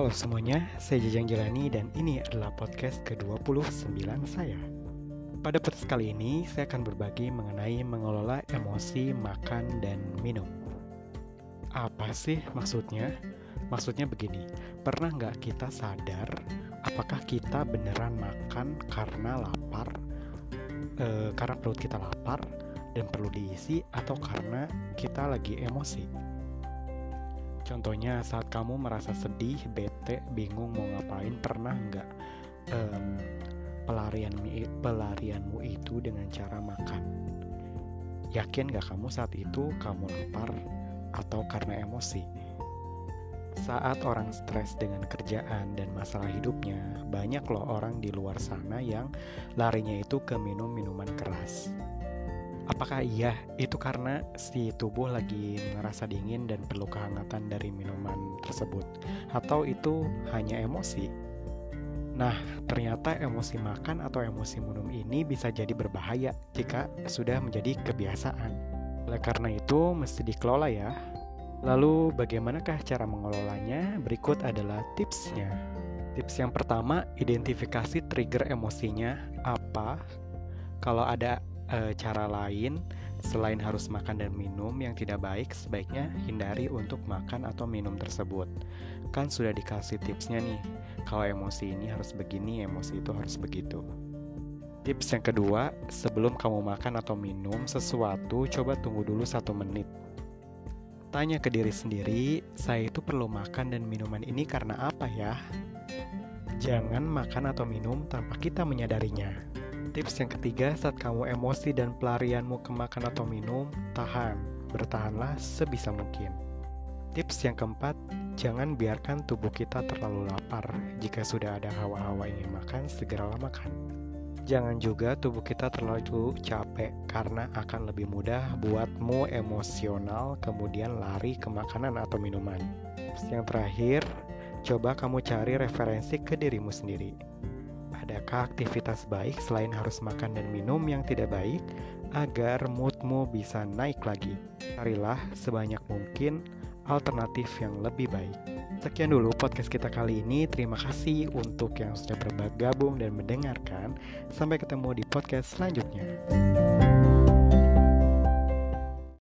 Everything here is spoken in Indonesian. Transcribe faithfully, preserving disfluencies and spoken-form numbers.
Halo semuanya, saya Jajang Jalani dan ini adalah podcast ke dua puluh sembilan saya. Pada podcast kali ini, saya akan berbagi mengenai mengelola emosi, makan, dan minum. Apa sih maksudnya? Maksudnya begini, pernah nggak kita sadar apakah kita beneran makan karena lapar, e, karena perut kita lapar dan perlu diisi, atau karena kita lagi emosi? Contohnya saat kamu merasa sedih, bete, bingung mau ngapain, pernah nggak um, pelarian pelarianmu itu dengan cara makan? Yakin nggak kamu saat itu kamu lapar atau karena emosi? Saat orang stres dengan kerjaan dan masalah hidupnya, banyak loh orang di luar sana yang larinya itu ke minum minuman keras. Apakah iya itu karena si tubuh lagi ngerasa dingin dan perlu kehangatan dari minuman tersebut? Atau itu hanya emosi? Nah, ternyata emosi makan atau emosi minum ini bisa jadi berbahaya jika sudah menjadi kebiasaan. Oleh karena itu, mesti dikelola ya. Lalu bagaimanakah cara mengelolanya? Berikut adalah tipsnya. Tips yang pertama, identifikasi trigger emosinya apa. Kalau ada E, cara lain selain harus makan dan minum yang tidak baik, sebaiknya hindari untuk makan atau minum tersebut. Kan sudah dikasih tipsnya nih, kalau emosi ini harus begini, emosi itu harus begitu. Tips yang kedua, sebelum kamu makan atau minum sesuatu, coba tunggu dulu satu menit. Tanya ke diri sendiri, saya itu perlu makan dan minuman ini karena apa ya? Jangan makan atau minum tanpa kita menyadarinya. Tips yang ketiga, saat kamu emosi dan pelarianmu ke makan atau minum, tahan, bertahanlah sebisa mungkin. Tips yang keempat, jangan biarkan tubuh kita terlalu lapar. Jika sudah ada hawa-hawa ingin makan, segeralah makan. Jangan juga tubuh kita terlalu capek, karena akan lebih mudah buatmu emosional kemudian lari ke makanan atau minuman. Tips yang terakhir, coba kamu cari referensi ke dirimu sendiri. Adakah aktivitas baik selain harus makan dan minum yang tidak baik agar moodmu bisa naik lagi? Carilah sebanyak mungkin alternatif yang lebih baik. Sekian dulu podcast kita kali ini. Terima kasih untuk yang sudah bergabung dan mendengarkan. Sampai ketemu di podcast selanjutnya.